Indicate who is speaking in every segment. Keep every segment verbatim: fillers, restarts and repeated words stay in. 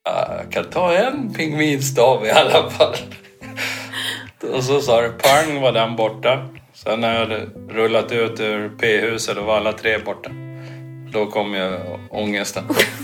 Speaker 1: Jag kan ta en pingvinstav i alla fall. Och så sa det pang, var den borta. Sen när jag hade rullat ut ur P-huset och var alla tre borta. Då kom ju ångesten.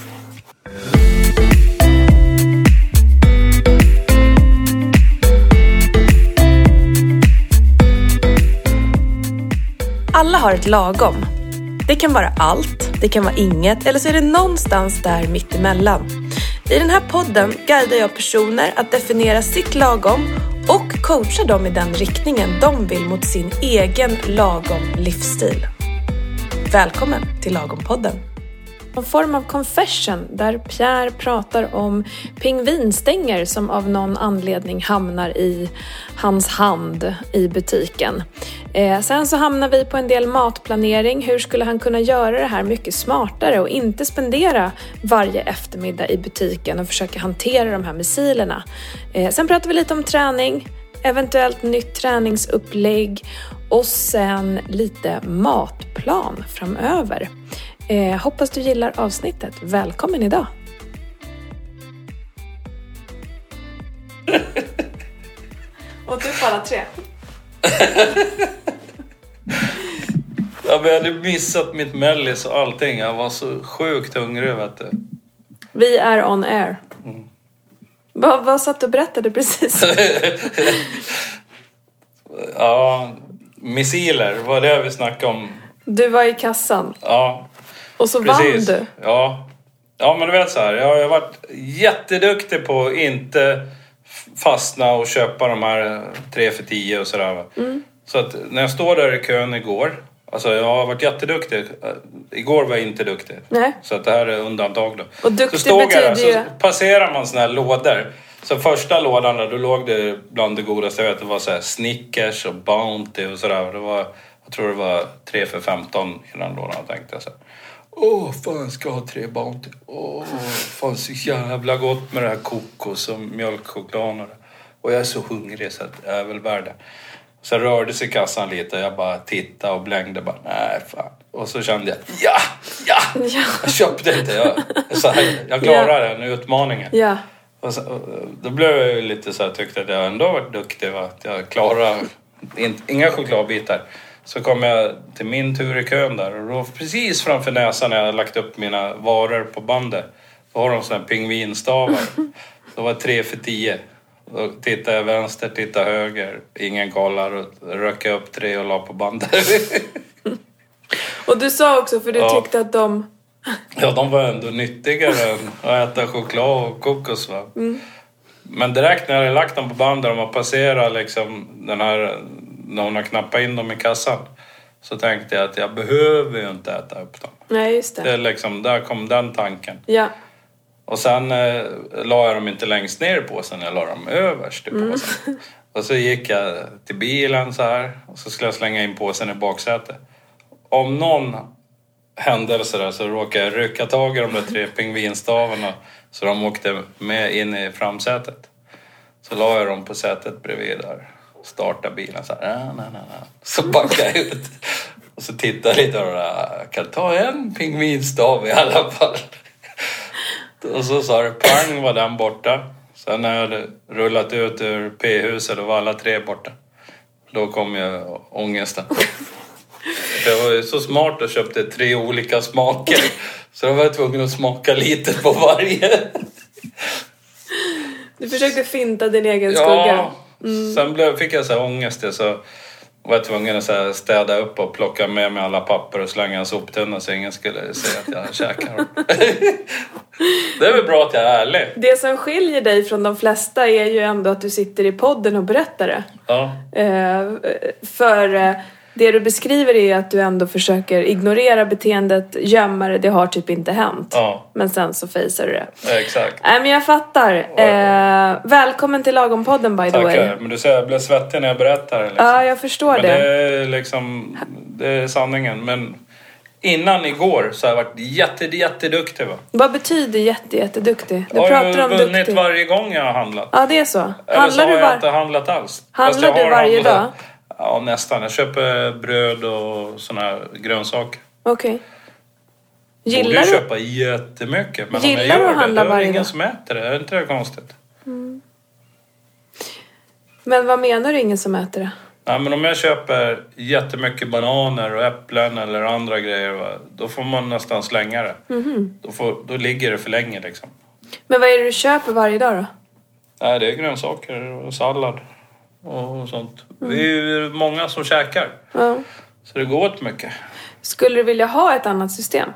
Speaker 2: Alla har ett lagom. Det kan vara allt, det kan vara inget, eller så är det någonstans där mitt emellan. I den här podden guidar jag personer att definiera sitt lagom och coachar dem i den riktningen de vill mot sin egen lagom livsstil. Välkommen till Lagom-podden. En form av confession där Pierre pratar om pingvinstänger som av någon anledning hamnar i hans hand i butiken. Eh, sen så hamnar vi på en del matplanering. Hur skulle han kunna göra det här mycket smartare och inte spendera varje eftermiddag i butiken och försöka hantera de här missilerna. Eh, sen pratar vi lite om träning, eventuellt nytt träningsupplägg och sen lite matplan framöver. Eh, hoppas du gillar avsnittet. Välkommen idag. Och du på alla tre.
Speaker 1: Ja, men jag hade missat mitt mellis och allting. Jag var så sjukt hungrig, vet du.
Speaker 2: Vi är on air. Mm. Vad, vad satt du och berättade precis?
Speaker 1: Ja, missiler. Vad det vi snackade om?
Speaker 2: Du var i kassan.
Speaker 1: Ja.
Speaker 2: Och så
Speaker 1: precis.
Speaker 2: Vann du.
Speaker 1: Ja. Ja, men du vet så här. Jag har varit jätteduktig på att inte fastna och köpa de här tre för tio och sådär. Mm. Så att när jag står där i kön igår. Alltså jag har varit jätteduktig. Igår var jag inte duktig.
Speaker 2: Nej.
Speaker 1: Så att det här är undantag då.
Speaker 2: Och duktig
Speaker 1: så stod
Speaker 2: betyder
Speaker 1: jag där,
Speaker 2: ju...
Speaker 1: så passerar man såna här lådor. Så första lådan där, då låg det bland det godaste. Jag vet, det var så här Snickers och Bounty och sådär. Det var, jag tror det var tre för femton i den lådan, tänkte jag så här. Åh, fan, ska jag ha tre Bounty. Åh, fan, så jävla gott med det här kokos och mjölkchoklad. Och jag är så hungrig så att jag är väl värd det. Så rörde sig kassan lite. Jag bara tittade och blängde. Bara, nej, fan. Och så kände jag, ja, ja. ja. Jag köpte inte. Jag, så här, jag klarar ja. den utmaningen.
Speaker 2: Ja.
Speaker 1: Och så, och då blev jag ju lite så här, tyckte att jag ändå varit duktig. Va? Att jag klarar in, inga chokladbitar. Så kom jag till min tur i kön där. Och då precis framför näsan när jag hade lagt upp mina varor på bandet. Då har de sådana här pingvinstavar. Då var tre för tio. Då tittade jag vänster, tittade höger. Ingen kollar. Och rökade upp tre och la på bandet.
Speaker 2: Och du sa också, för du ja. tyckte att de...
Speaker 1: Ja, de var ändå nyttigare än att äta choklad och kokos, va? Mm. Men direkt när jag hade lagt dem på bandet och man passerar liksom den här... När hon har knappat in dem i kassan. Så tänkte jag att jag behöver ju inte äta upp dem.
Speaker 2: Nej, just det.
Speaker 1: Det är liksom, där kom den tanken.
Speaker 2: Ja.
Speaker 1: Och sen eh, la jag dem inte längst ner i påsen. Jag la dem överst i påsen. Mm. Och så gick jag till bilen så här. Och så skulle jag slänga in påsen i baksätet. Om någon händelse där så råkade jag rycka tag i de där tre pingvinstavarna. Så de åkte med in i framsätet. Så la jag dem på sätet bredvid där. Starta bilen så här. Nej, nej, nej. Så backade jag ut. Och så tittade jag lite och jag kan ta en pingvinstav i alla fall. Och så sa det pang, var den borta. Sen när jag hade rullat ut ur P-huset och var alla tre borta. Då kom ju ångesten. Jag var ju så smart och köpte tre olika smaker. Så jag var tvungen att smaka lite på varje.
Speaker 2: Du försökte finta din egen skugga.
Speaker 1: Ja, mm. Sen blev, fick jag så här ångest. Så var jag tvungen att så här städa upp och plocka med mig alla papper och slänga en soptunna så ingen skulle säga att jag käkar. Det är väl bra att jag är ärlig.
Speaker 2: Det som skiljer dig från de flesta är ju ändå att du sitter i podden och berättar det. Ja. Eh, för eh, det du beskriver är att du ändå försöker ignorera beteendet, gömma det, det har typ inte hänt. Ja. Men sen så facear du det.
Speaker 1: Ja, exakt.
Speaker 2: Nej, men jag fattar. Eh, välkommen till Lagom-podden, by the way.
Speaker 1: Tackar, men du säger jag blev svettig när jag berättar. Liksom.
Speaker 2: Ja, jag förstår
Speaker 1: men
Speaker 2: det.
Speaker 1: Men det är liksom, det är sanningen. Men innan igår så har jag varit jätte, jätteduktig, va?
Speaker 2: Vad betyder jätte, jätteduktig? Du
Speaker 1: jag
Speaker 2: pratar
Speaker 1: har
Speaker 2: om
Speaker 1: vunnit
Speaker 2: duktig.
Speaker 1: Varje gång jag har handlat.
Speaker 2: Ja, det är så.
Speaker 1: Eller
Speaker 2: handlar
Speaker 1: så har
Speaker 2: du
Speaker 1: jag
Speaker 2: var...
Speaker 1: inte handlat alls.
Speaker 2: Handlar du varje
Speaker 1: handlat...
Speaker 2: dag?
Speaker 1: Ja, nästan. Jag köper bröd och såna här grönsaker.
Speaker 2: Okej. Okay. Gillar
Speaker 1: borde
Speaker 2: du
Speaker 1: köpa jättemycket. Men
Speaker 2: Gillar
Speaker 1: om jag
Speaker 2: du
Speaker 1: gör
Speaker 2: att handla
Speaker 1: det, då är
Speaker 2: varje
Speaker 1: det ingen
Speaker 2: dag?
Speaker 1: som äter det. Är inte det konstigt?
Speaker 2: Mm. Men vad menar du ingen som äter det?
Speaker 1: Ja, men om jag köper jättemycket bananer och äpplen eller andra grejer, va, då får man nästan slänga det.
Speaker 2: Mm.
Speaker 1: Då, får, då ligger det för länge liksom.
Speaker 2: Men vad är det du köper varje dag då?
Speaker 1: Nej, det är grönsaker och sallad och sånt. Mm. Vi är ju många som käkar.
Speaker 2: Ja.
Speaker 1: Så det går åt mycket.
Speaker 2: Skulle du vilja ha ett annat system?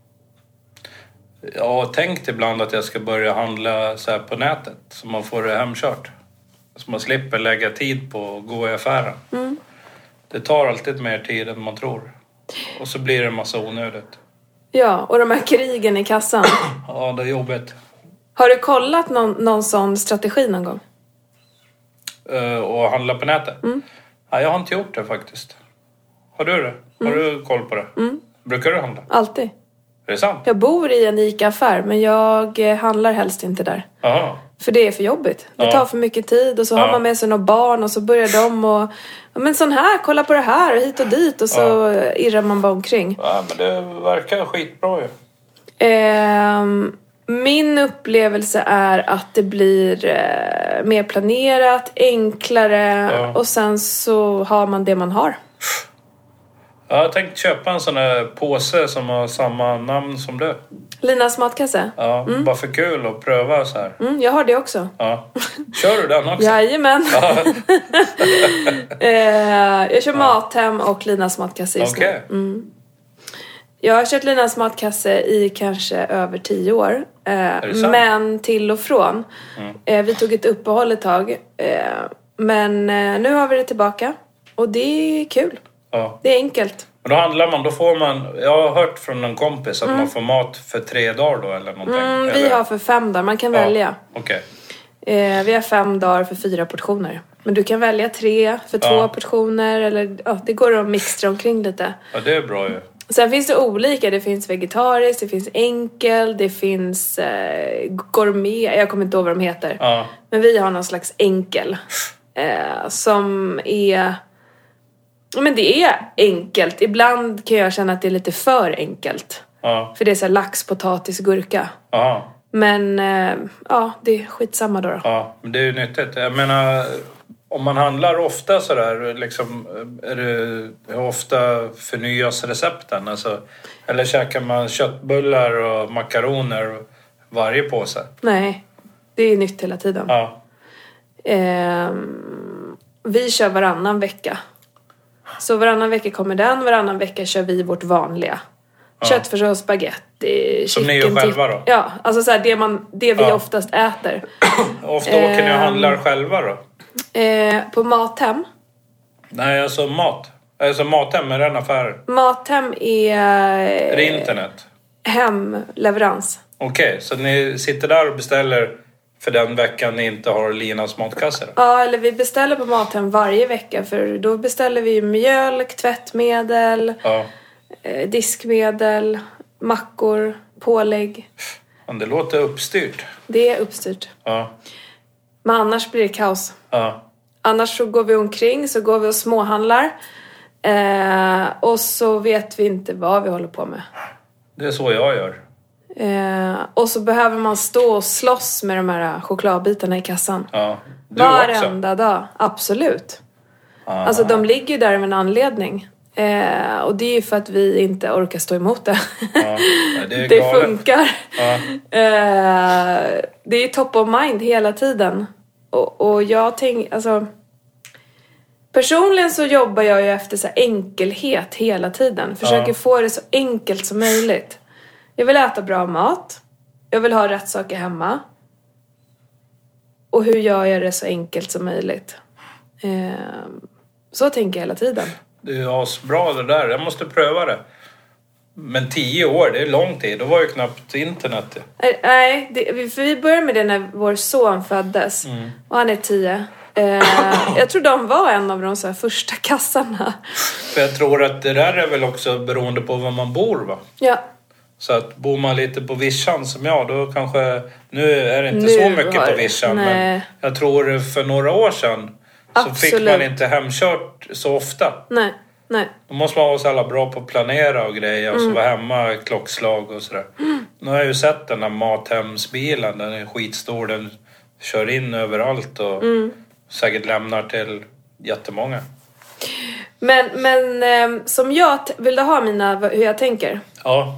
Speaker 1: Jag har tänkt ibland att jag ska börja handla så här på nätet. Så man får det hemkört. Så man slipper lägga tid på att gå i affären.
Speaker 2: Mm.
Speaker 1: Det tar alltid mer tid än man tror. Och så blir det en massa onödigt.
Speaker 2: Ja, och de här krigen i kassan.
Speaker 1: Ja, det är jobbigt.
Speaker 2: Har du kollat någon, någon sån strategi någon gång?
Speaker 1: Uh, och handla på nätet?
Speaker 2: Mm.
Speaker 1: Ja, jag har inte gjort det faktiskt. Har du det? Har
Speaker 2: Mm.
Speaker 1: du koll på det?
Speaker 2: Mm.
Speaker 1: Brukar du handla?
Speaker 2: Alltid.
Speaker 1: Är det sant?
Speaker 2: Jag bor i en ICA-affär, men jag eh, handlar helst inte där.
Speaker 1: Aha.
Speaker 2: För det är för jobbigt. Det
Speaker 1: Ja.
Speaker 2: tar för mycket tid och så
Speaker 1: Ja.
Speaker 2: har man med sig några barn och så börjar de och... Ja, men sån här, kolla på det här och hit och dit och så
Speaker 1: Ja.
Speaker 2: irrar man bara omkring.
Speaker 1: Ja, men det verkar skitbra ju.
Speaker 2: Ehm, min upplevelse är att det blir eh, mer planerat, enklare
Speaker 1: Ja.
Speaker 2: och sen så har man det man har.
Speaker 1: Jag har tänkt köpa en sån här påse som har samma namn som du.
Speaker 2: Linas matkasse?
Speaker 1: Ja,
Speaker 2: Mm.
Speaker 1: bara för kul att pröva så här.
Speaker 2: Mm, jag har det också.
Speaker 1: Ja. Kör du den också?
Speaker 2: Jajamän.
Speaker 1: Ja.
Speaker 2: eh, jag kör Mathem och Linas matkasse just
Speaker 1: Okej.
Speaker 2: nu. Mm. Jag har kört Linas matkasse i kanske över tio år. Eh,
Speaker 1: det sant?
Speaker 2: men till och från.
Speaker 1: Mm.
Speaker 2: Eh, vi tog ett uppehåll ett tag. Eh, men eh, nu har vi det tillbaka. Och det är kul.
Speaker 1: Ja.
Speaker 2: Det är enkelt.
Speaker 1: Men då handlar man, då får man... Jag har hört från en kompis att man får mat för tre dagar då eller någonting.
Speaker 2: Mm, vi
Speaker 1: eller?
Speaker 2: har för fem dagar. Man kan
Speaker 1: Ja.
Speaker 2: välja.
Speaker 1: Okej.
Speaker 2: Eh, vi har fem dagar för fyra portioner. Men du kan välja tre för två
Speaker 1: Ja.
Speaker 2: portioner. Eller, ja, det går att mixtra omkring lite.
Speaker 1: Ja, det är bra ju.
Speaker 2: Sen finns det olika. Det finns vegetariskt, det finns enkel, det finns eh, gourmet. Jag kommer inte ihåg vad de heter.
Speaker 1: Ja.
Speaker 2: Men vi har någon slags enkel. Eh, som är... Men det är enkelt. Ibland kan jag känna att det är lite för enkelt.
Speaker 1: Ja.
Speaker 2: För det är så här lax, potatis, gurka.
Speaker 1: Ja.
Speaker 2: Men eh, ja, det är skitsamma då. då.
Speaker 1: Ja, men det är ju nyttigt. Jag menar, om man handlar ofta sådär, liksom, är det, hur ofta förnyas recepten? Alltså, eller käkar man köttbullar och makaroner varje påse?
Speaker 2: Nej, det är nytt hela tiden.
Speaker 1: Ja.
Speaker 2: Ehm, vi kör varannan vecka. Så varannan vecka kommer den, varannan vecka kör vi vårt vanliga.
Speaker 1: Ja.
Speaker 2: Köttfärssås, spaghetti,
Speaker 1: Som ni
Speaker 2: chicken
Speaker 1: gör själva
Speaker 2: tip-
Speaker 1: då?
Speaker 2: Ja, alltså så här, det, man, det vi
Speaker 1: Ja.
Speaker 2: oftast äter.
Speaker 1: Ofta åker ni och
Speaker 2: Ehm.
Speaker 1: handlar själva då?
Speaker 2: Ehm, på Mathem.
Speaker 1: Nej, alltså mat. Alltså Mathem, är det en affär?
Speaker 2: Mathem är
Speaker 1: Är det internet?
Speaker 2: hemleverans.
Speaker 1: Okej, så ni sitter där och beställer för den veckan ni inte har Linas matkasse?
Speaker 2: Ja, eller vi beställer på Mathem varje vecka. För då beställer vi mjölk, tvättmedel,
Speaker 1: Ja.
Speaker 2: eh, diskmedel, mackor, pålägg.
Speaker 1: Men det låter uppstyrt.
Speaker 2: Det är uppstyrt.
Speaker 1: Ja.
Speaker 2: Men annars blir det kaos.
Speaker 1: Ja.
Speaker 2: Annars så går vi omkring, så går vi och småhandlar. Eh, och så vet vi inte vad vi håller på med.
Speaker 1: Det är så jag gör.
Speaker 2: Eh, och så behöver man stå och slåss med de här chokladbitarna i kassan.
Speaker 1: Ja. Du
Speaker 2: Varenda
Speaker 1: också?
Speaker 2: dag, absolut.
Speaker 1: Ah.
Speaker 2: Alltså de ligger ju där med en anledning. Eh, och det är ju för att vi inte orkar stå emot det.
Speaker 1: Ja. Det, är
Speaker 2: det
Speaker 1: galet.
Speaker 2: funkar.
Speaker 1: Ja.
Speaker 2: Eh, det är top of mind hela tiden. Och, och jag tänker, alltså... Personligen så jobbar jag ju efter så här enkelhet hela tiden. Försöker
Speaker 1: Ja.
Speaker 2: få det så enkelt som möjligt. Jag vill äta bra mat. Jag vill ha rätt saker hemma. Och hur gör jag det så enkelt som möjligt? Eh, så tänker jag hela tiden.
Speaker 1: Det är asbra det där. Jag måste pröva det. Men tio år, det är lång tid. Då var ju knappt internet.
Speaker 2: Eh, Nej, det, för vi började med det när vår son föddes.
Speaker 1: Mm.
Speaker 2: Och han är tio. Eh, jag tror de var en av de så här första kassarna.
Speaker 1: För jag tror att det där är väl också beroende på var man bor, va?
Speaker 2: Ja.
Speaker 1: Så att bor man lite på vischan som jag, då kanske... Nu är det inte
Speaker 2: Nu
Speaker 1: så mycket
Speaker 2: har
Speaker 1: på
Speaker 2: det-
Speaker 1: vischan,
Speaker 2: nej.
Speaker 1: men jag tror för några år sedan så fick
Speaker 2: Absolut.
Speaker 1: man inte hemkört så ofta.
Speaker 2: Nej. Nej.
Speaker 1: Då måste man vara så alla bra på att planera och grejer och så vara hemma klockslag och sådär. Mm. Nu har jag ju sett den där Mathemsbilen, den är skitstor, den kör in överallt och mm. säkert lämnar till jättemånga.
Speaker 2: Men, men eh, som jag, t- vill du ha mina, hur jag tänker?
Speaker 1: Ja.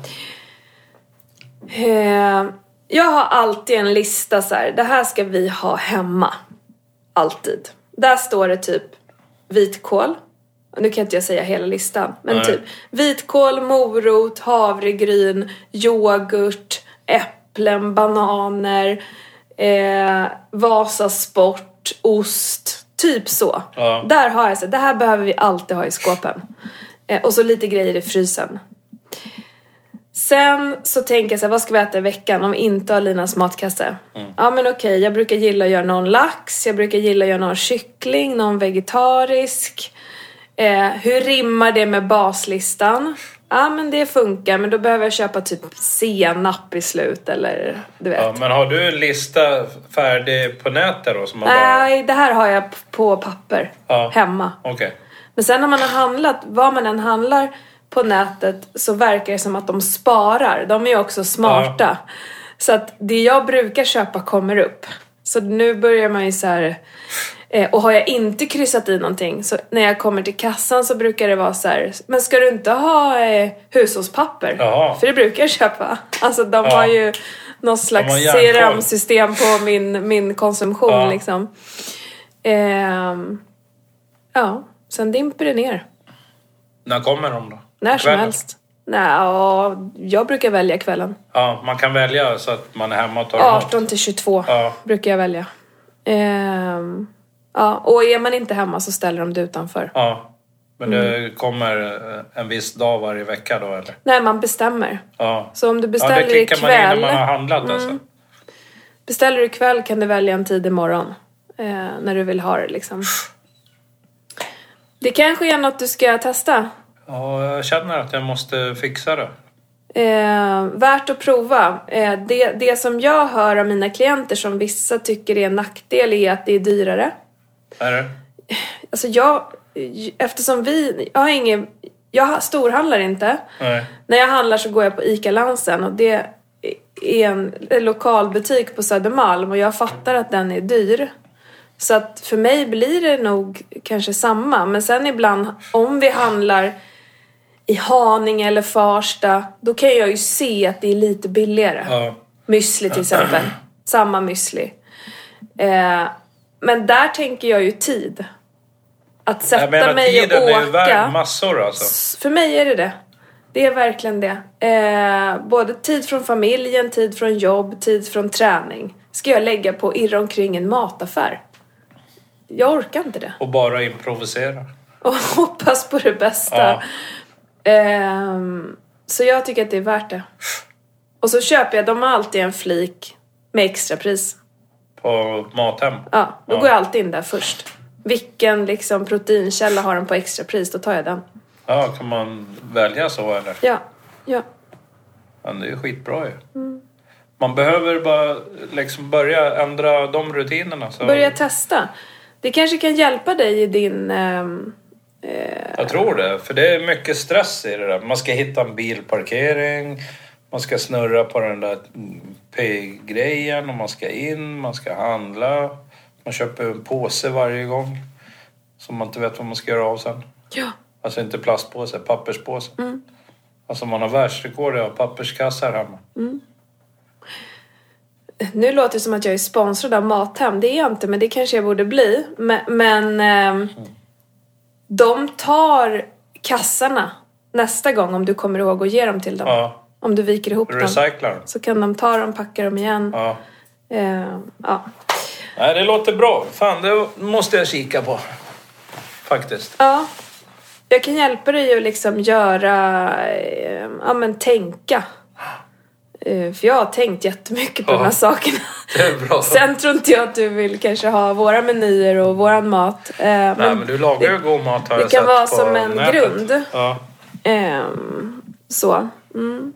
Speaker 2: Eh, jag har alltid en lista så här, det här ska vi ha hemma. Alltid. Där står det typ vitkål. Nu kan inte jag säga hela listan. Men Nej. typ vitkål, morot, havregryn, yoghurt, äpplen, bananer, eh, Vasasport, ost. Typ så. Ja. Där har jag så. Det här behöver vi alltid ha i skåpen. Eh, och så lite grejer i frysen. Sen så tänker jag så här, vad ska vi äta i veckan om vi inte har Linas matkasse? Mm. Ja men okej, jag brukar gilla att göra någon lax. Jag brukar gilla att göra någon kyckling, någon vegetarisk. Eh, hur rimmar det med baslistan? Ja men det funkar, men då behöver jag köpa typ senap i slut eller du vet. Ja,
Speaker 1: men har du en lista färdig på nätet då? Som man
Speaker 2: Nej, bara... det här har jag på papper ja. hemma.
Speaker 1: Okay.
Speaker 2: Men sen när man har handlat, vad man än handlar på nätet så verkar det som att de sparar. De är ju också smarta. Ja. Så att det jag brukar köpa kommer upp. Så nu börjar man ju så här... Eh, och har jag inte kryssat i någonting så när jag kommer till kassan så brukar det vara så här, men ska du inte ha eh, hushållspapper?
Speaker 1: Jaha.
Speaker 2: För det brukar jag köpa. Alltså de ja. har ju någon slags C R M-system på min, min konsumtion ja. liksom. Eh, ja, sen dimper det ner.
Speaker 1: När kommer de då?
Speaker 2: När som helst. Nej, jag brukar välja kvällen.
Speaker 1: Ja, man kan välja så att man är hemma och tar
Speaker 2: arton till tjugotvå ja. brukar jag välja. Eh, Ja, och är man inte hemma så ställer de det utanför.
Speaker 1: Ja, men det mm. kommer en viss dag varje vecka då eller?
Speaker 2: Nej, man bestämmer.
Speaker 1: Ja.
Speaker 2: Så om du beställer
Speaker 1: ja, det
Speaker 2: ikväll...
Speaker 1: man in när man har handlat mm. alltså.
Speaker 2: Beställer du ikväll kan du välja en tid imorgon. Eh, när du vill ha det liksom. Det kanske är något du ska testa.
Speaker 1: Ja, jag känner att jag måste fixa det.
Speaker 2: Eh, värt att prova. Eh, det, det som jag hör av mina klienter som vissa tycker är en nackdel är att det är dyrare.
Speaker 1: Är det?
Speaker 2: Alltså jag, eftersom vi, jag har ingen, jag storhandlar inte.
Speaker 1: Nej.
Speaker 2: När jag handlar så går jag på Ica Lansen och det är en, en lokal butik på Södermalm och jag fattar att den är dyr. Så att för mig blir det nog kanske samma. Men sen ibland om vi handlar i Haninge eller Farsta, då kan jag ju se att det är lite billigare.
Speaker 1: Ja.
Speaker 2: Müsli till exempel. Samma müsli. Eh, men där tänker jag ju tid. Att sätta jag menar, mig och åka. Tiden är ju värd
Speaker 1: massor alltså.
Speaker 2: För mig är det det. Det är verkligen det. Eh, både tid från familjen, tid från jobb, tid från träning. Ska jag lägga på irra omkring en mataffär. Jag orkar inte det.
Speaker 1: Och bara improvisera.
Speaker 2: Och hoppas på det bästa.
Speaker 1: Ja.
Speaker 2: Um, så jag tycker att det är värt det. Och så köper jag, de har alltid en flik med extrapris.
Speaker 1: På Mathem?
Speaker 2: Ja, då ja. går jag alltid in där först. Vilken liksom proteinkälla har den på extrapris, då tar jag den.
Speaker 1: Ja, kan man välja så eller?
Speaker 2: Ja, ja.
Speaker 1: Men det är ju skitbra ju. Mm. Man behöver bara liksom börja ändra de rutinerna. Så...
Speaker 2: Börja testa. Det kanske kan hjälpa dig i din... Um,
Speaker 1: Jag tror det, för det är mycket stress i det där. Man ska hitta en bilparkering, man ska snurra på den där P-grejen och man ska in, man ska handla. Man köper en påse varje gång som man inte vet vad man ska göra av sen.
Speaker 2: Ja.
Speaker 1: Alltså inte plastpåse, papperspåse.
Speaker 2: Mm.
Speaker 1: Alltså man har världsrekord av papperskassar hemma.
Speaker 2: Mm. Nu låter det som att jag är sponsrad av Mathem. Det är jag inte, men det kanske jag borde bli. Men... men ehm... mm. De tar kassarna nästa gång om du kommer ihåg att ge dem till dem.
Speaker 1: Ja.
Speaker 2: Om du viker ihop dem.
Speaker 1: Recyclar.
Speaker 2: Så kan de ta dem, packa dem igen.
Speaker 1: Ja.
Speaker 2: Uh, ja.
Speaker 1: Nej, det låter bra. Fan, det måste jag kika på. Faktiskt.
Speaker 2: Ja. Jag kan hjälpa dig att liksom göra... Uh, ja, men tänka. Uh, för jag har tänkt jättemycket på ja. de här sakerna.
Speaker 1: Det är bra.
Speaker 2: Sen tror inte jag att du vill kanske ha våra menyer och våran mat. Uh,
Speaker 1: Nej, men, men du lagar ju god mat har
Speaker 2: det
Speaker 1: jag
Speaker 2: kan vara
Speaker 1: på
Speaker 2: som en
Speaker 1: nätet.
Speaker 2: grund.
Speaker 1: Ja.
Speaker 2: Um, så. Mm.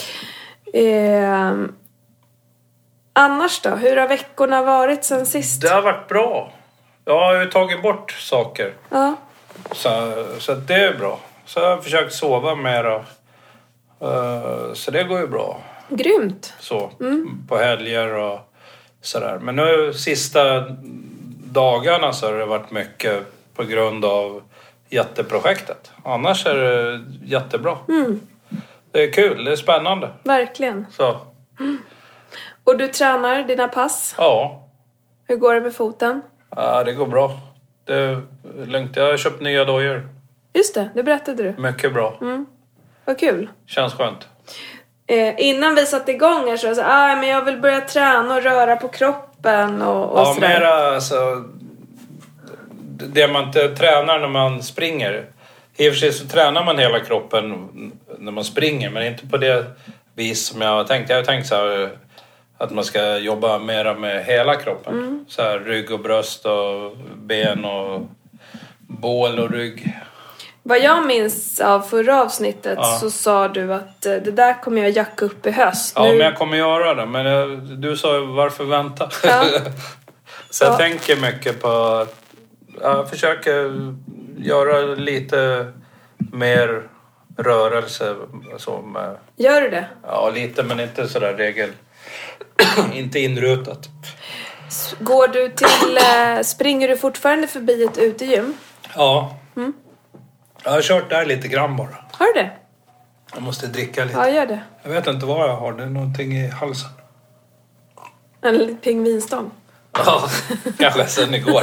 Speaker 2: Um, annars då? Hur har veckorna varit sen sist?
Speaker 1: Det har varit bra. Jag har ju tagit bort saker.
Speaker 2: Ja.
Speaker 1: Så, så det är bra. Så jag har försökt sova mer. Och, uh, så det går ju bra.
Speaker 2: Grymt.
Speaker 1: Så, mm. på helger och sådär. Men nu sista dagarna så har det varit mycket på grund av jätteprojektet. Annars är det jättebra. Mm. Det är kul, det är spännande.
Speaker 2: Verkligen.
Speaker 1: Så.
Speaker 2: Mm. Och du tränar dina pass?
Speaker 1: Ja.
Speaker 2: Hur går det med foten?
Speaker 1: Ja, det går bra. Det är lugnt. Jag har köpt nya dojor.
Speaker 2: Just det, det berättade du.
Speaker 1: Mycket bra.
Speaker 2: Mm. Vad kul.
Speaker 1: Känns skönt.
Speaker 2: Eh, innan vi satte igång här så sa jag ah, men jag vill börja träna och röra på kroppen och, och
Speaker 1: ja,
Speaker 2: sådär.
Speaker 1: Mera alltså, det man inte tränar när man springer. I och för sig så tränar man hela kroppen när man springer, men inte på det vis som jag har tänkt. Jag har tänkt så här att man ska jobba mera med hela kroppen. Mm. Så här rygg och bröst och ben och bål och rygg.
Speaker 2: Vad jag minns av förra avsnittet ja. så sa du att det där kommer jag jacka upp i höst.
Speaker 1: Ja,
Speaker 2: nu...
Speaker 1: men jag kommer göra det. Men jag, du sa varför vänta? Ja. Så jag ja. tänker mycket på... Jag försöker göra lite mer rörelse. Så med,
Speaker 2: Gör du det?
Speaker 1: Ja, lite, men inte sådär regel. Inte inrutat.
Speaker 2: Går du till... Springer du fortfarande förbi ett utegym?
Speaker 1: Ja. Mm. Jag har kört där lite grann bara.
Speaker 2: Har du det?
Speaker 1: Jag måste dricka lite.
Speaker 2: Ja, gör det.
Speaker 1: Jag vet inte vad jag har. Det är någonting i halsen.
Speaker 2: En pingvinstång.
Speaker 1: Ja, kanske sen igår.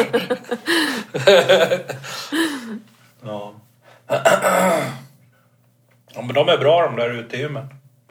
Speaker 1: Ja. Ja, men de är bra de där utegymmen.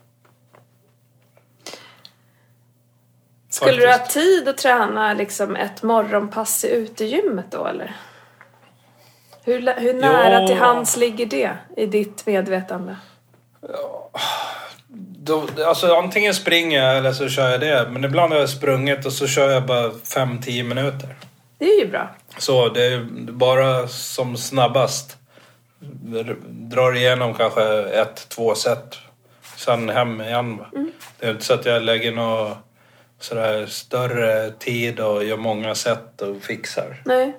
Speaker 2: Skulle Faktiskt. du ha tid att träna liksom ett morgonpass i utegymmet då, eller? Hur, hur nära ja. till hands ligger det i ditt medvetande?
Speaker 1: Ja. Då, alltså antingen springer jag eller så kör jag det. Men ibland har jag sprungit och så kör jag bara fem till tio minuter.
Speaker 2: Det är ju bra.
Speaker 1: Så det är bara som snabbast. Drar igenom kanske ett, två set. Sen hem igen. Mm. Det är inte så att jag lägger någon sådär större tid och gör många set och fixar.
Speaker 2: Nej.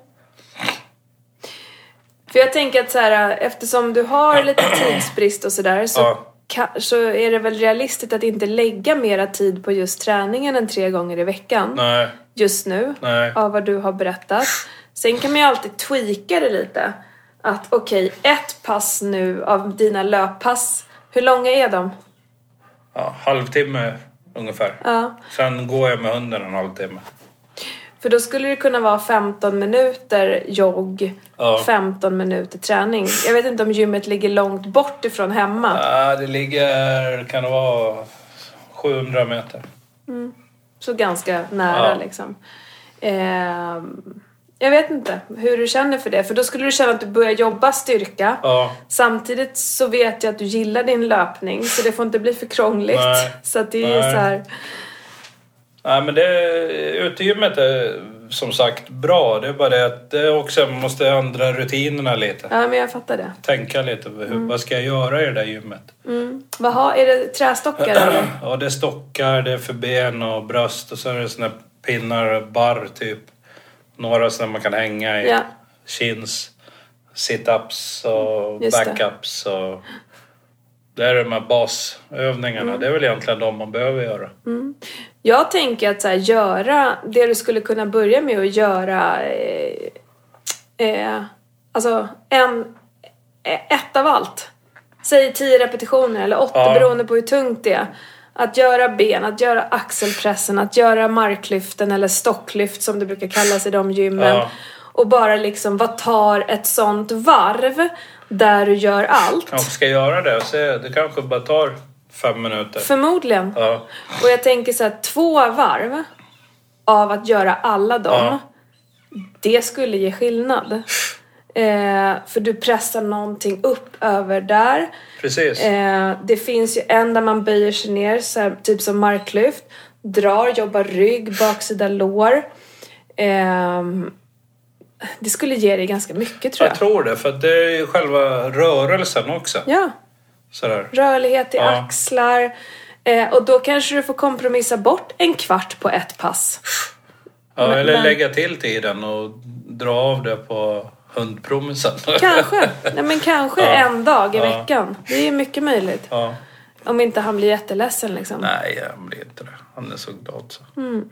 Speaker 2: För jag tänker att så här, eftersom du har lite tidsbrist och sådär så, ja. ka- så är det väl realistiskt att inte lägga mera tid på just träningen än tre gånger i veckan.
Speaker 1: Nej.
Speaker 2: Just nu.
Speaker 1: Nej.
Speaker 2: Av vad du har berättat. Sen kan man ju alltid tweaka det lite. Att okej, okay, ett pass nu av dina löppass. Hur långa är de?
Speaker 1: Ja, halvtimme ungefär.
Speaker 2: Ja.
Speaker 1: Sen går jag med hunden en halvtimme.
Speaker 2: För då skulle det kunna vara femton minuter jogg,
Speaker 1: ja.
Speaker 2: femton minuter träning. Jag vet inte om gymmet ligger långt bort ifrån hemma.
Speaker 1: Ja, det ligger, kan det vara sjuhundra meter.
Speaker 2: Mm. Så ganska nära ja. liksom. Eh, jag vet inte hur du känner för det. För då skulle du känna att du börjar jobba styrka.
Speaker 1: Ja.
Speaker 2: Samtidigt så vet jag att du gillar din löpning. Så det får inte bli för krångligt.
Speaker 1: Nej.
Speaker 2: Så att det är Nej. så här...
Speaker 1: Nej, men det, utegymmet är som sagt bra. Det är bara det att det också måste ändra rutinerna lite.
Speaker 2: Ja, men jag fattar det.
Speaker 1: Tänka lite på hur, mm. vad ska jag göra i det där gymmet.
Speaker 2: Mm. Vad har, är det trästockar eller?
Speaker 1: Ja, det är stockar, det är för ben och bröst. Och så är det såna pinnar, barr typ. Några som man kan hänga i.
Speaker 2: Ja.
Speaker 1: Chins, sit-ups och backups och... Det är de här basövningarna. Mm. Det är väl egentligen de man behöver göra. Mm.
Speaker 2: Jag tänker att så här, göra det du skulle kunna börja med att göra eh, eh, alltså en ett av allt. Säg tio repetitioner eller åtta ja. beroende på hur tungt det är. Att göra ben, att göra axelpressen, att göra marklyften eller stocklyft som det brukar kallas i de gymmen. Ja. Och bara liksom, vad tar ett sånt varv där du gör allt?
Speaker 1: Kanske ska göra det. Så det kanske bara tar fem minuter.
Speaker 2: Förmodligen.
Speaker 1: Ja.
Speaker 2: Och jag tänker så här, två varv av att göra alla dem. Ja. Det skulle ge skillnad. Eh, för du pressar någonting upp över där.
Speaker 1: Precis.
Speaker 2: Eh, det finns ju en där man böjer sig ner, så här, typ som marklyft. Drar, jobbar rygg, baksida lår. Eh, det skulle ge dig ganska mycket, tror jag.
Speaker 1: Jag tror det, för det är ju själva rörelsen också.
Speaker 2: Ja.
Speaker 1: Sådär.
Speaker 2: Rörlighet i
Speaker 1: ja.
Speaker 2: axlar. Eh, och då kanske du får kompromissa bort en kvart på ett pass.
Speaker 1: Ja,
Speaker 2: men,
Speaker 1: eller
Speaker 2: men...
Speaker 1: lägga till tiden och dra av det på hundpromisen.
Speaker 2: Kanske. Nej, men kanske
Speaker 1: ja.
Speaker 2: en dag i
Speaker 1: ja.
Speaker 2: veckan. Det är mycket möjligt.
Speaker 1: Ja.
Speaker 2: Om inte han blir jätteledsen liksom.
Speaker 1: Nej, han blir inte det. Han är så glad så.
Speaker 2: Mm.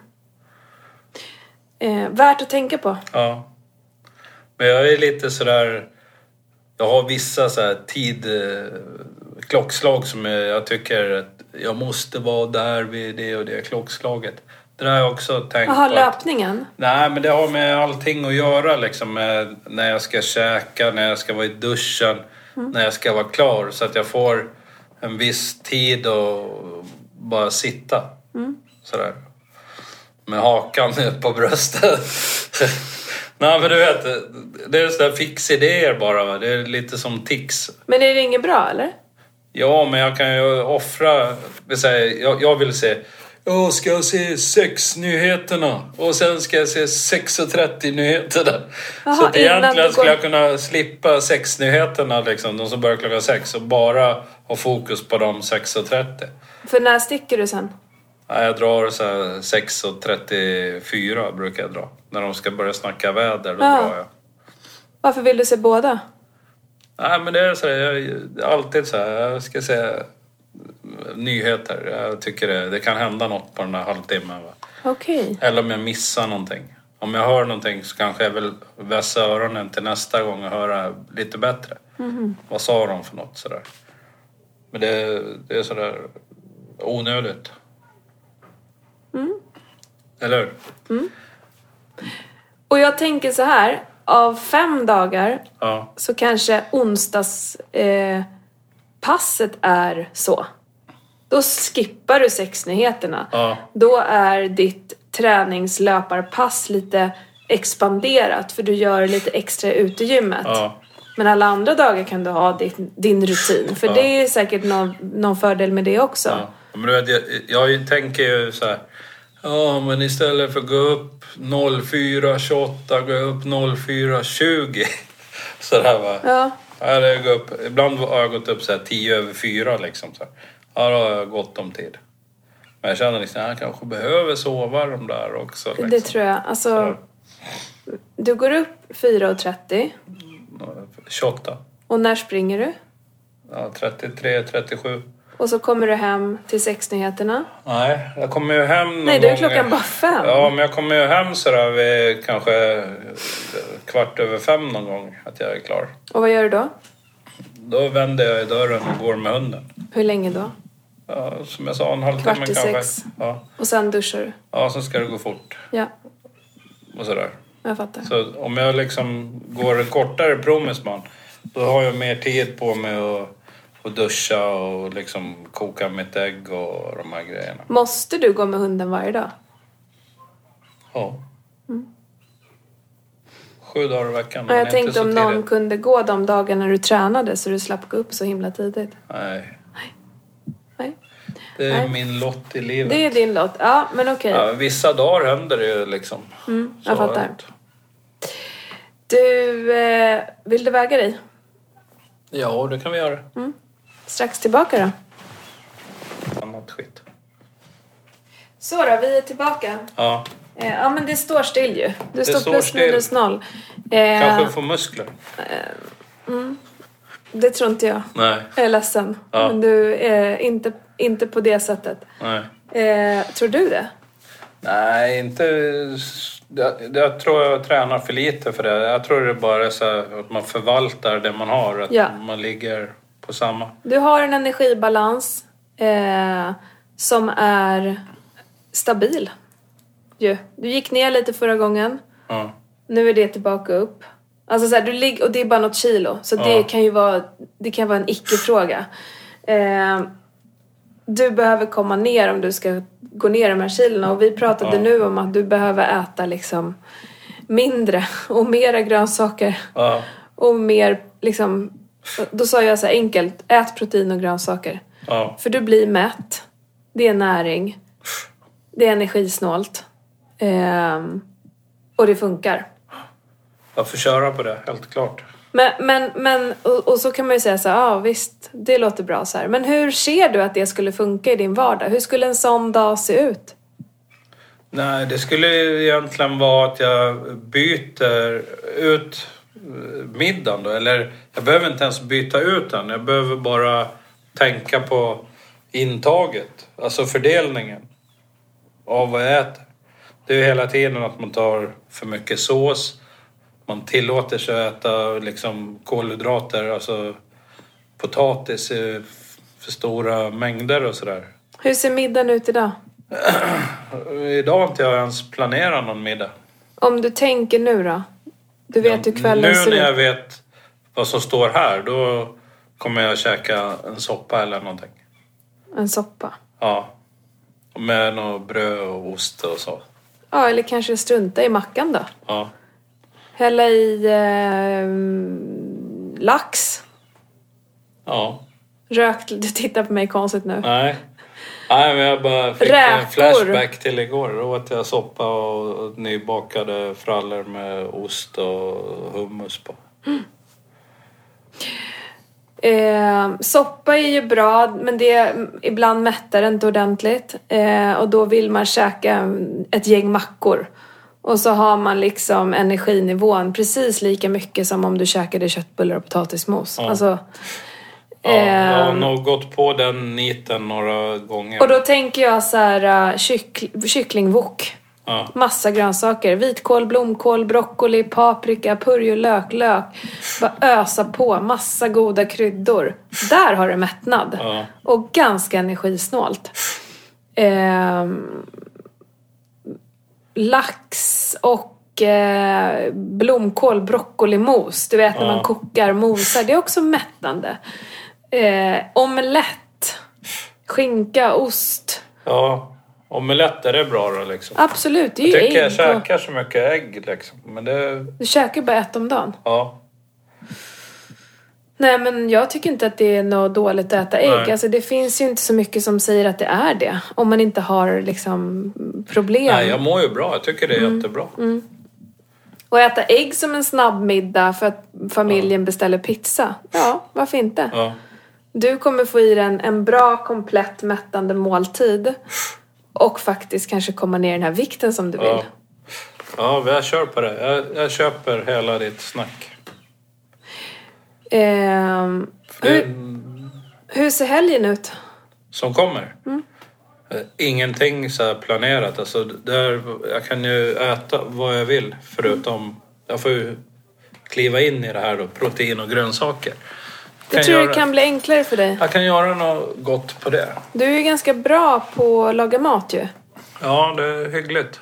Speaker 2: Eh, värt att tänka på.
Speaker 1: Ja. Men jag är lite sådär... Jag har vissa så här tid... Eh, klockslag som jag tycker att jag måste vara där vid det och det klockslaget. Det där har jag också tänkt
Speaker 2: Jaha,
Speaker 1: på.
Speaker 2: löpningen?
Speaker 1: Att, nej, men det har med allting att göra liksom. Med, när jag ska käka, när jag ska vara i duschen, mm. när jag ska vara klar. Så att jag får en viss tid och bara sitta. Mm. Sådär. Med hakan på bröstet. Nej, men du vet, det är sådär fixidéer bara. Va? Det är lite som tics.
Speaker 2: Men är det inget bra, eller?
Speaker 1: Ja, men jag kan ju offra... Jag, jag vill se... Jag ska se sexnyheterna. Och sen ska jag se sex och trettio nyheterna. Aha, så att egentligen går... skulle jag kunna slippa sexnyheterna. Liksom, de som börjar klockan sex. Och bara ha fokus på de sex och trettio.
Speaker 2: För när sticker du sen?
Speaker 1: Ja, jag drar så här sex och trettiofyra brukar jag dra. När de ska börja snacka väder, då ja. drar jag.
Speaker 2: Varför vill du se båda?
Speaker 1: Nej, men det är så här, jag, alltid så här, jag ska säga nyheter. Jag tycker det, det kan hända något på den här halvtimmen.
Speaker 2: Okej. Okay.
Speaker 1: Eller om jag missar någonting. Om jag hör någonting så kanske jag vill vässa öronen till nästa gång och höra lite bättre. Mm-hmm. Vad sa de för något sådär. Men det, det är sådär onödigt. Mm. Eller hur? Mm.
Speaker 2: Och jag tänker så här. Av fem dagar
Speaker 1: ja.
Speaker 2: så kanske onsdags eh, passet är så. Då skippar du sexnyheterna.
Speaker 1: Ja.
Speaker 2: Då är ditt träningslöparpass lite expanderat. För du gör lite extra ute i gymmet.
Speaker 1: Ja.
Speaker 2: Men alla andra dagar kan du ha din, din rutin. För ja. det är säkert någon, någon fördel med det också.
Speaker 1: Ja. Men du vet, jag, jag tänker ju så här. Ja, men istället för att gå upp noll fyra tjugoåtta, gå upp noll fyra tjugo. Sådär va.
Speaker 2: Ja.
Speaker 1: Jag går upp, ibland har jag gått upp så här tio över fyra liksom. Så här. Ja, då har jag gått om tid. Men jag känner liksom att jag kanske behöver sova de där också. Liksom.
Speaker 2: Det tror jag. Alltså, så. Du går upp fyra trettio.
Speaker 1: tjugoåtta.
Speaker 2: Och när springer du?
Speaker 1: Ja, trettiotre trettiosju.
Speaker 2: Och så kommer du hem till sexnyheterna?
Speaker 1: Nej, jag kommer ju hem någon
Speaker 2: Nej, då är
Speaker 1: gång...
Speaker 2: klockan bara fem.
Speaker 1: Ja, men jag kommer ju hem sådär vid kanske kvart över fem någon gång att jag är klar.
Speaker 2: Och vad gör du då?
Speaker 1: Då vänder jag i dörren och går med hunden.
Speaker 2: Hur länge då?
Speaker 1: Ja, som jag sa, en halvtimme kanske.
Speaker 2: Kvart till sex.
Speaker 1: Ja.
Speaker 2: Och sen duschar du?
Speaker 1: Ja, så ska det gå fort.
Speaker 2: Ja.
Speaker 1: Och sådär.
Speaker 2: Jag fattar.
Speaker 1: Så om jag liksom går en kortare promisman, då har jag mer tid på mig att och duscha och liksom koka mitt ägg och de här grejerna.
Speaker 2: Måste du gå med hunden varje dag?
Speaker 1: Ja. Mm. Sju dagar i veckan.
Speaker 2: Ja, jag tänkte om tidigt. Någon kunde gå de dagarna du tränade så du slapp gå upp så himla tidigt.
Speaker 1: Nej.
Speaker 2: Nej. Nej.
Speaker 1: Det är
Speaker 2: Nej.
Speaker 1: min lott i livet.
Speaker 2: Det är din lott. Ja, men okej.
Speaker 1: Ja, vissa dagar händer det ju liksom.
Speaker 2: Mm, jag så fattar. Du, eh, vill du väga dig?
Speaker 1: Ja, det kan vi göra.
Speaker 2: Mm. Strax tillbaka då.
Speaker 1: Annat skit.
Speaker 2: Så då, vi är tillbaka.
Speaker 1: Ja.
Speaker 2: Eh, ja, men det står still ju. Det, det står, står plus still. Minus noll.
Speaker 1: Eh, Kanske få muskler.
Speaker 2: Eh, mm. Det tror inte jag.
Speaker 1: Nej.
Speaker 2: Jag är ledsen.
Speaker 1: Ja.
Speaker 2: Men du är inte, inte på det sättet.
Speaker 1: Nej.
Speaker 2: Eh, tror du det?
Speaker 1: Nej, inte... Jag, jag tror jag tränar för lite för det. Jag tror det är bara så att man förvaltar det man har. Att
Speaker 2: ja.
Speaker 1: man ligger på samma.
Speaker 2: Du har en energibalans eh, som är stabil. ju. Du gick ner lite förra gången.
Speaker 1: Ja.
Speaker 2: Nu är det tillbaka upp. Alltså så här, du ligger, och det är bara något kilo. Så ja. det kan ju vara, det kan vara en icke-fråga. Eh, du behöver komma ner om du ska gå ner de här kilorna. Och vi pratade ja. nu om att du behöver äta liksom mindre och mera grönsaker.
Speaker 1: Ja.
Speaker 2: Och mer liksom, då sa jag så här enkelt, ät protein och grönsaker.
Speaker 1: Ja.
Speaker 2: För du blir mätt. Det är näring. Det är energisnålt. Ehm, och det funkar.
Speaker 1: Jag får köra på det, helt klart.
Speaker 2: Men, men, men och, och så kan man ju säga så här, ja visst, det låter bra så här. Men hur ser du att det skulle funka i din vardag? Hur skulle en sån dag se ut?
Speaker 1: Nej, det skulle egentligen vara att jag byter ut middagen då? Eller jag behöver inte ens byta ut den. Jag behöver bara tänka på intaget. Alltså fördelningen av vad jag äter. Det är ju hela tiden att man tar för mycket sås. Man tillåter sig att äta liksom kolhydrater, alltså potatis i för stora mängder och sådär.
Speaker 2: Hur ser middagen ut idag?
Speaker 1: Idag har inte jag ens planerat någon middag.
Speaker 2: Om du tänker nu då? Du vet hur kvällen ser ut.
Speaker 1: Nu när jag vet vad som står här, då kommer jag käka en soppa eller någonting.
Speaker 2: En soppa?
Speaker 1: Ja. Med något bröd och ost och så.
Speaker 2: Ja, eller kanske strunta i mackan då.
Speaker 1: Ja.
Speaker 2: Hälla i eh, lax.
Speaker 1: Ja.
Speaker 2: Rökt, du tittar på mig konstigt nu.
Speaker 1: Nej. Nej, men jag bara fick
Speaker 2: Räkor.
Speaker 1: En flashback till igår. Då åt jag soppa och nybakade frallor med ost och hummus på.
Speaker 2: Mm. Eh, soppa är ju bra, men det ibland mättar inte ordentligt. Eh, och då vill man käka ett gäng mackor. Och så har man liksom energinivån precis lika mycket som om du käkade köttbullar och potatismos. Ja. Alltså,
Speaker 1: ja, jag har nog gått på den niten några gånger.
Speaker 2: Och då tänker jag så här kyck, kycklingwok. Ja. Massa grönsaker. Vitkål, blomkål, broccoli, paprika, purjolök, lök. Bara ösa på. Massa goda kryddor. Där har du mättnad. Ja. Och ganska energisnålt. Ehm... Lax och eh, blomkål, broccolimos. Du vet när ja. man kokar mosar. Det är också mättande. Eh, omelett. Skinka, ost.
Speaker 1: Ja, omelett är det bra då liksom.
Speaker 2: Absolut, det är ju
Speaker 1: jag
Speaker 2: ägg.
Speaker 1: Jag tycker jag käkar så mycket ägg liksom. Men det...
Speaker 2: Du käkar bara ett om dagen?
Speaker 1: Ja.
Speaker 2: Nej, men jag tycker inte att det är något dåligt att äta ägg. Nej. Alltså det finns ju inte så mycket som säger att det är det. Om man inte har liksom problem.
Speaker 1: Nej, jag mår ju bra. Jag tycker det är mm. jättebra.
Speaker 2: Mm. Och äta ägg som en snabbmiddag för att familjen ja. beställer pizza. Ja, varför inte? Ja. Du kommer få i en, en bra, komplett, mättande måltid. Och faktiskt kanske komma ner i den här vikten som du vill.
Speaker 1: Ja, ja jag kör på det. Jag, jag köper hela ditt snack.
Speaker 2: Eh, hur, hur ser helgen ut?
Speaker 1: Som kommer? Mm. Ingenting så här planerat. Alltså, där, jag kan ju äta vad jag vill. Förutom, jag får ju kliva in i det här då, protein och grönsaker.
Speaker 2: Du tror göra, det kan bli enklare för dig?
Speaker 1: Jag kan göra något gott på det.
Speaker 2: Du är ju ganska bra på att laga mat ju.
Speaker 1: Ja, det är hyggligt.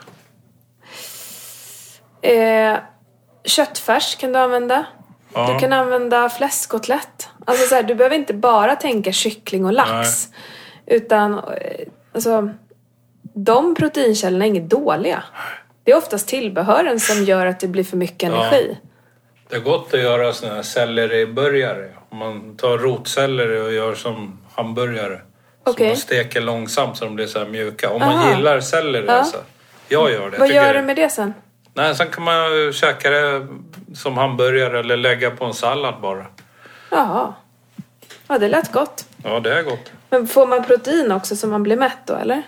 Speaker 2: Eh, köttfärs kan du använda. Ja. Du kan använda fläskkotlett. Alltså så här, du behöver inte bara tänka kyckling och lax. Nej. Utan alltså, de proteinkällorna är inget dåliga. Det är oftast tillbehören som gör att det blir för mycket energi.
Speaker 1: Ja. Det är gott att göra såna här selleriburgare. Om man tar rotselleri och gör som hamburgare. Okay. Så man steker långsamt så de blir så här mjuka. Om Aha. man gillar selleri ja. alltså. Jag gör det.
Speaker 2: Vad gör
Speaker 1: det...
Speaker 2: du med det sen?
Speaker 1: Nej, sen kan man käka det som hamburgare eller lägga på en sallad bara.
Speaker 2: Jaha. Ja, det lät gott.
Speaker 1: Ja, det är gott.
Speaker 2: Men får man protein också så man blir mätt då, eller?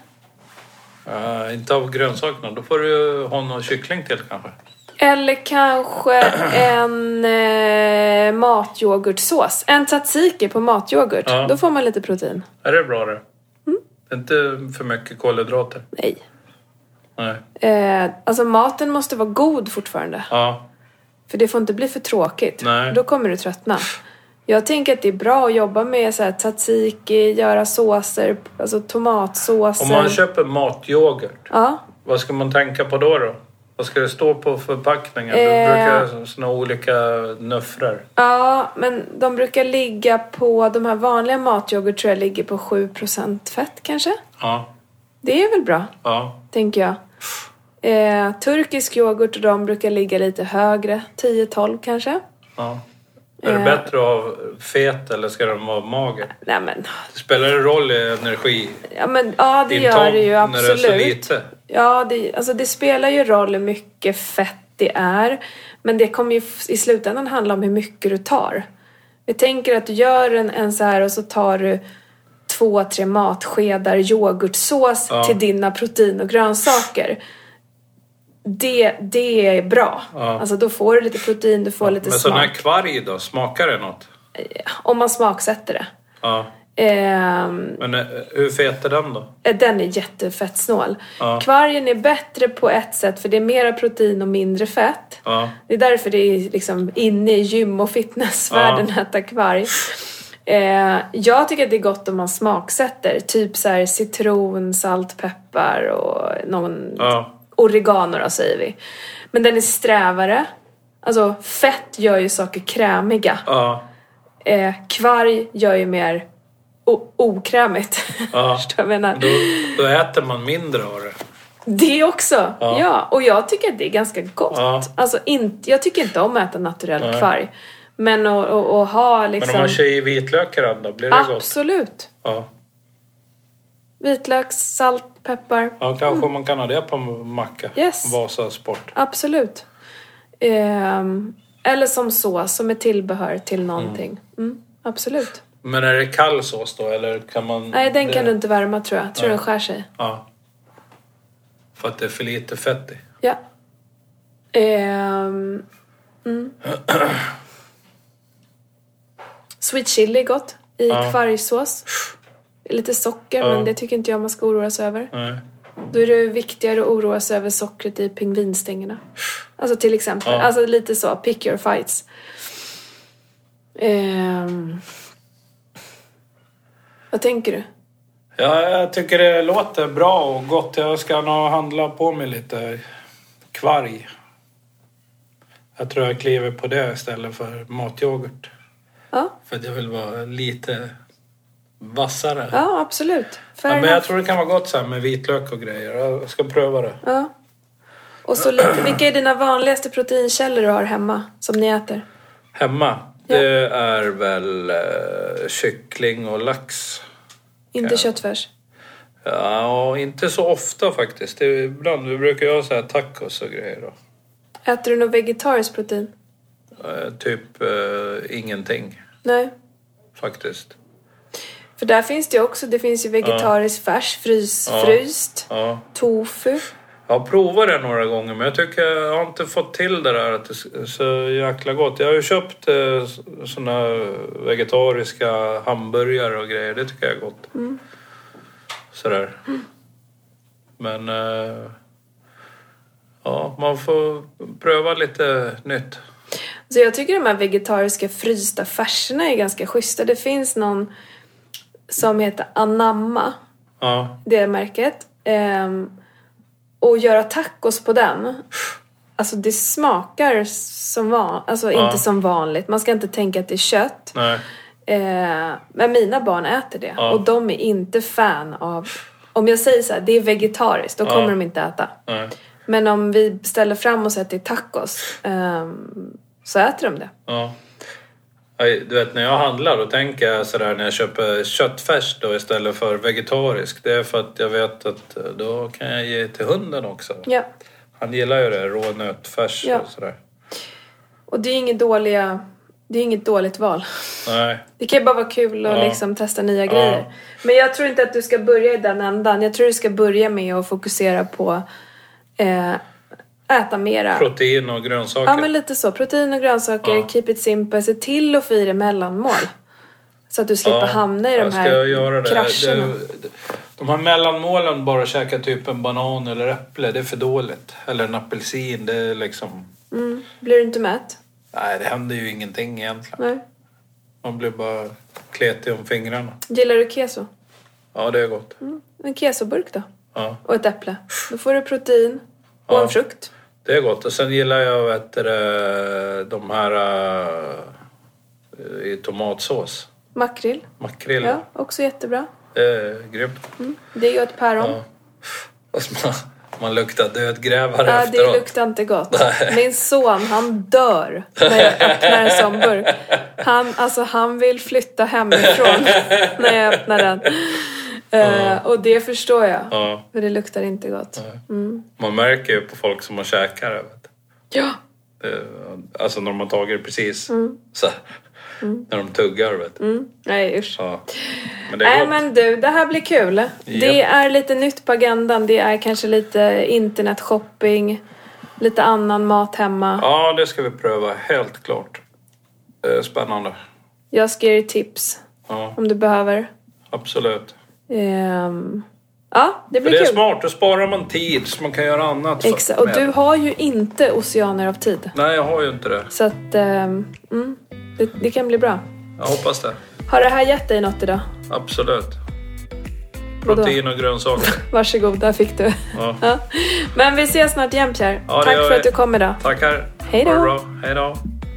Speaker 1: Uh, inte av grönsakerna. Då får du ha någon kyckling till kanske. Eller
Speaker 2: kanske en eh, matyoghurtsås. En tzatziki på matyoghurt. Ja. Då får man lite protein.
Speaker 1: Är det bra det? Mm. Det är inte för mycket kolhydrater.
Speaker 2: Nej.
Speaker 1: Nej.
Speaker 2: Eh, alltså maten måste vara god fortfarande.
Speaker 1: Ja.
Speaker 2: För det får inte bli för tråkigt.
Speaker 1: Nej.
Speaker 2: Då kommer du tröttna. Jag tänker att det är bra att jobba med så här tzatziki, göra såser, alltså tomatsåser.
Speaker 1: Om man köper matyoghurt,
Speaker 2: ja.
Speaker 1: vad ska man tänka på då då? Vad ska det stå på förpackningen? Eh. Du brukar ha såna olika nuffror.
Speaker 2: Ja, men de brukar ligga på, de här vanliga matyoghurt tror jag ligger på sju procent fett kanske.
Speaker 1: Ja.
Speaker 2: Det är väl bra,
Speaker 1: ja.
Speaker 2: tänker jag. Eh, turkisk yoghurt och de brukar ligga lite högre, tio tolv kanske.
Speaker 1: Ja. Är det eh. bättre att ha fet eller ska den vara mager?
Speaker 2: Nej men...
Speaker 1: Spelar det roll i energi?
Speaker 2: Ja, men, ja det gör det ju absolut.
Speaker 1: När det är så lite?
Speaker 2: Ja, det, alltså, det spelar ju roll hur mycket fett det är. Men det kommer ju i slutändan handla om hur mycket du tar. Vi tänker att du gör en, en så här och så tar du två, tre matskedar yoghurtsås ja. till dina protein och grönsaker. det, det är bra.
Speaker 1: Ja.
Speaker 2: Alltså då får du lite protein, du får ja, lite
Speaker 1: men
Speaker 2: smak.
Speaker 1: Men sån här kvarg då, smakar det något?
Speaker 2: Om man smaksätter det.
Speaker 1: Ja.
Speaker 2: Um,
Speaker 1: men hur fet är den då?
Speaker 2: Den är jättefettsnål.
Speaker 1: Ja.
Speaker 2: Kvargen är bättre på ett sätt för det är mera protein och mindre fett.
Speaker 1: Ja.
Speaker 2: Det är därför det är liksom inne i gym- och fitnessvärlden ja. att äta kvarg. Eh, jag tycker att det är gott om man smaksätter. Typ så här citron, salt, peppar och någon
Speaker 1: ja.
Speaker 2: oregano då, säger vi. Men den är strävare. Alltså fett gör ju saker krämiga.
Speaker 1: Ja.
Speaker 2: Eh, kvarg gör ju mer o- okrämigt.
Speaker 1: Ja.
Speaker 2: jag menar.
Speaker 1: Då, då äter man mindre av det.
Speaker 2: Det också,
Speaker 1: ja.
Speaker 2: ja. Och jag tycker att det är ganska gott.
Speaker 1: Ja.
Speaker 2: Alltså, inte, jag tycker inte om att äta naturell kvarg. Men att, att, att ha liksom...
Speaker 1: Men om man kör i vitlökar då, blir det
Speaker 2: absolut.
Speaker 1: gott?
Speaker 2: Absolut.
Speaker 1: Ja.
Speaker 2: Vitlök, salt, peppar.
Speaker 1: Ja, kanske mm. man kan ha det på en macka.
Speaker 2: Yes.
Speaker 1: Vasa sport.
Speaker 2: Absolut. Ehm, eller som sås, som är tillbehör till någonting. Mm. Mm, absolut.
Speaker 1: Men är det kall sås då? Eller kan man...
Speaker 2: Nej, den
Speaker 1: det...
Speaker 2: kan du inte värma tror jag. Jag tror
Speaker 1: Nej.
Speaker 2: den skär sig.
Speaker 1: Ja. För att det är för lite fett i.
Speaker 2: Ja. Ehm, mm. Sweet chili är gott i ja. kvargsås. Lite socker, ja. men det tycker inte jag man ska oroa sig över.
Speaker 1: Nej.
Speaker 2: Då är det viktigare att oroa sig över sockret i pingvinstängerna. Alltså till exempel. Ja. Alltså lite så, pick your fights. Ehm. Vad tänker du?
Speaker 1: Ja, jag tycker det låter bra och gott. Jag ska nog handla på mig lite kvarg. Jag tror jag kliver på det istället för matyoghurt.
Speaker 2: Ja.
Speaker 1: För att jag vill vara lite vassare.
Speaker 2: Ja, absolut.
Speaker 1: Ja, men jag tror det kan vara gott så här med vitlök och grejer. Jag ska pröva det.
Speaker 2: Ja. Och så lite, vilka är dina vanligaste proteinkällor du har hemma som ni äter?
Speaker 1: Hemma? Ja. Det är väl eh, kyckling och lax.
Speaker 2: Inte köttfärs?
Speaker 1: Ja, inte så ofta faktiskt. Det är ibland, vi brukar göra så här tacos och grejer då.
Speaker 2: Äter du något vegetariskt protein?
Speaker 1: Eh, typ eh, ingenting.
Speaker 2: Nej.
Speaker 1: Faktiskt.
Speaker 2: För där finns det ju också, det finns ju vegetarisk ja. färs, frys, ja. fryst,
Speaker 1: ja.
Speaker 2: tofu.
Speaker 1: Jag har provat det några gånger men jag tycker jag har inte fått till det där att det är så jäkla gott. Jag har ju köpt eh, såna vegetariska hamburgare och grejer, det tycker jag är gott.
Speaker 2: Mm.
Speaker 1: Sådär. Mm. Men eh, ja, man får pröva lite nytt.
Speaker 2: Så jag tycker de här vegetariska frysta färserna är ganska schyssta. Det finns någon som heter Anamma.
Speaker 1: Ja.
Speaker 2: Det märket. Ehm, och göra tacos på den. Alltså det smakar som van, alltså
Speaker 1: ja.
Speaker 2: inte som vanligt. Man ska inte tänka att det är kött.
Speaker 1: Nej.
Speaker 2: Ehm, men mina barn äter det.
Speaker 1: Ja.
Speaker 2: Och de är inte fan av... Om jag säger så här, det är vegetariskt. Då kommer ja. de inte äta.
Speaker 1: Nej.
Speaker 2: Men om vi ställer fram och sätter tacos. Um, så äter de det.
Speaker 1: Ja. Du vet, när jag handlar då tänker jag sådär när jag köper köttfärs då istället för vegetarisk. Det är för att jag vet att då kan jag ge till hunden också.
Speaker 2: Ja.
Speaker 1: Han gillar ju det, rånötfärs
Speaker 2: ja.
Speaker 1: och sådär.
Speaker 2: Och det är inget dåliga, det är inget dåligt val.
Speaker 1: Nej.
Speaker 2: Det kan ju bara vara kul att ja. liksom testa nya
Speaker 1: ja.
Speaker 2: grejer. Men jag tror inte att du ska börja i den ändan. Jag tror du ska börja med att fokusera på eh, äta mera.
Speaker 1: Protein och grönsaker.
Speaker 2: Ja, men lite så. Protein och grönsaker, ja. keep it simple. Se till att få i det mellanmål. Så att du slipper ja, hamna i de här krascherna.
Speaker 1: Det, de här mellanmålen, bara käka typ en banan eller äpple, det är för dåligt. Eller en apelsin, det är liksom...
Speaker 2: Mm. Blir du inte mätt?
Speaker 1: Nej, det händer ju ingenting egentligen.
Speaker 2: Nej.
Speaker 1: Man blir bara kletig om fingrarna.
Speaker 2: Gillar du keso?
Speaker 1: Ja, det är gott.
Speaker 2: Mm. En kesoburk då?
Speaker 1: Ja.
Speaker 2: Och ett äpple. Då får du protein och ja. en frukt.
Speaker 1: Det är gott. Och sen gillar jag vet du, de här uh, i tomatsås.
Speaker 2: Makrill.
Speaker 1: Makrill.
Speaker 2: Ja, också jättebra.
Speaker 1: Det är grymt.
Speaker 2: Mm. Det är ju ett päron.
Speaker 1: Ja. Och man, man luktar dödgrävare
Speaker 2: ja,
Speaker 1: efteråt.
Speaker 2: Ja, det luktar inte gott. Nej. Min son, han dör när jag öppnar en sån burk. Han, alltså, han vill flytta hemifrån när jag öppnar den. Uh, och det förstår jag.
Speaker 1: Ja.
Speaker 2: För det luktar inte gott. Mm.
Speaker 1: Man märker ju på folk som har käkat det. Vet du.
Speaker 2: Ja.
Speaker 1: Alltså när de har tagit det precis.
Speaker 2: Mm.
Speaker 1: Så,
Speaker 2: mm.
Speaker 1: När de tuggar. Vet du.
Speaker 2: Mm. Nej, usch.
Speaker 1: Ja. Men det är
Speaker 2: Nej,
Speaker 1: gott.
Speaker 2: men du, det här blir kul. Yep. Det är lite nytt på agendan. Det är kanske lite internetshopping. lite annan mat hemma.
Speaker 1: Ja, det ska vi pröva, helt klart. Spännande.
Speaker 2: Jag ska ge dig tips
Speaker 1: ja.
Speaker 2: om du behöver.
Speaker 1: Absolut.
Speaker 2: Um, ja, det blir
Speaker 1: För det är
Speaker 2: kul.
Speaker 1: smart, då sparar man tid så man kan göra annat.
Speaker 2: Exakt, och du har ju inte oceaner av tid.
Speaker 1: Nej, jag har ju inte det.
Speaker 2: Så att, um, mm, det, det kan bli bra.
Speaker 1: Jag hoppas det.
Speaker 2: Har det här gett dig något idag?
Speaker 1: Absolut.
Speaker 2: Vadå?
Speaker 1: Protein och grönsaker.
Speaker 2: Varsågod, där fick du.
Speaker 1: Ja.
Speaker 2: Ja. Men vi ses snart igen, Pierre.
Speaker 1: Ja,
Speaker 2: Tack för
Speaker 1: vi.
Speaker 2: att du kom idag.
Speaker 1: Tackar.
Speaker 2: Hej då.
Speaker 1: Ha det bra. Hej då.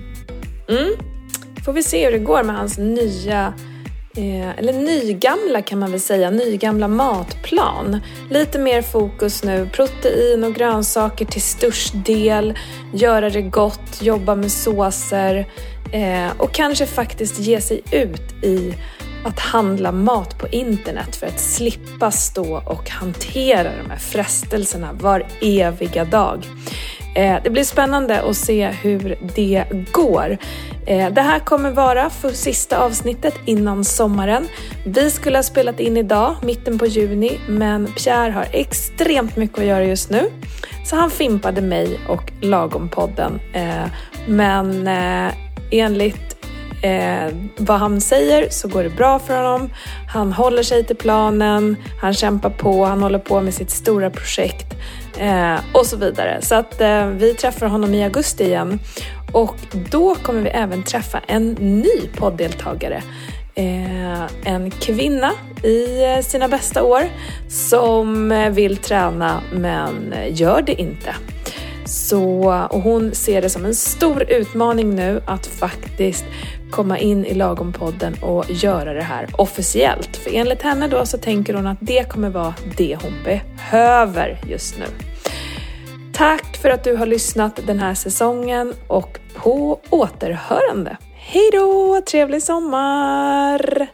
Speaker 2: Mm. Får vi se hur det går med hans nya, eh, eller nygamla kan man väl säga, nygamla matplan. Lite mer fokus nu, protein och grönsaker till störst del, göra det gott, jobba med såser eh, och kanske faktiskt ge sig ut i att handla mat på internet för att slippa stå och hantera de här frestelserna var eviga dag. Eh, det blir spännande att se hur det går. Eh, det här kommer vara för sista avsnittet innan sommaren. Vi skulle ha spelat in idag, mitten på juni, men Pierre har extremt mycket att göra just nu. Så han fimpade mig och Lagom-podden. Eh, men eh, enligt Eh, vad han säger så går det bra för honom. Han håller sig till planen, han kämpar på, han håller på med sitt stora projekt eh, och så vidare. Så att eh, vi träffar honom i augusti igen och då kommer vi även träffa en ny podddeltagare. Eh, en kvinna i sina bästa år som vill träna men gör det inte. Så, och hon ser det som en stor utmaning nu att faktiskt komma in i Lagom-podden och göra det här officiellt. För enligt henne då så tänker hon att det kommer vara det hon behöver just nu. Tack för att du har lyssnat den här säsongen och på återhörande. Hej då, trevlig sommar!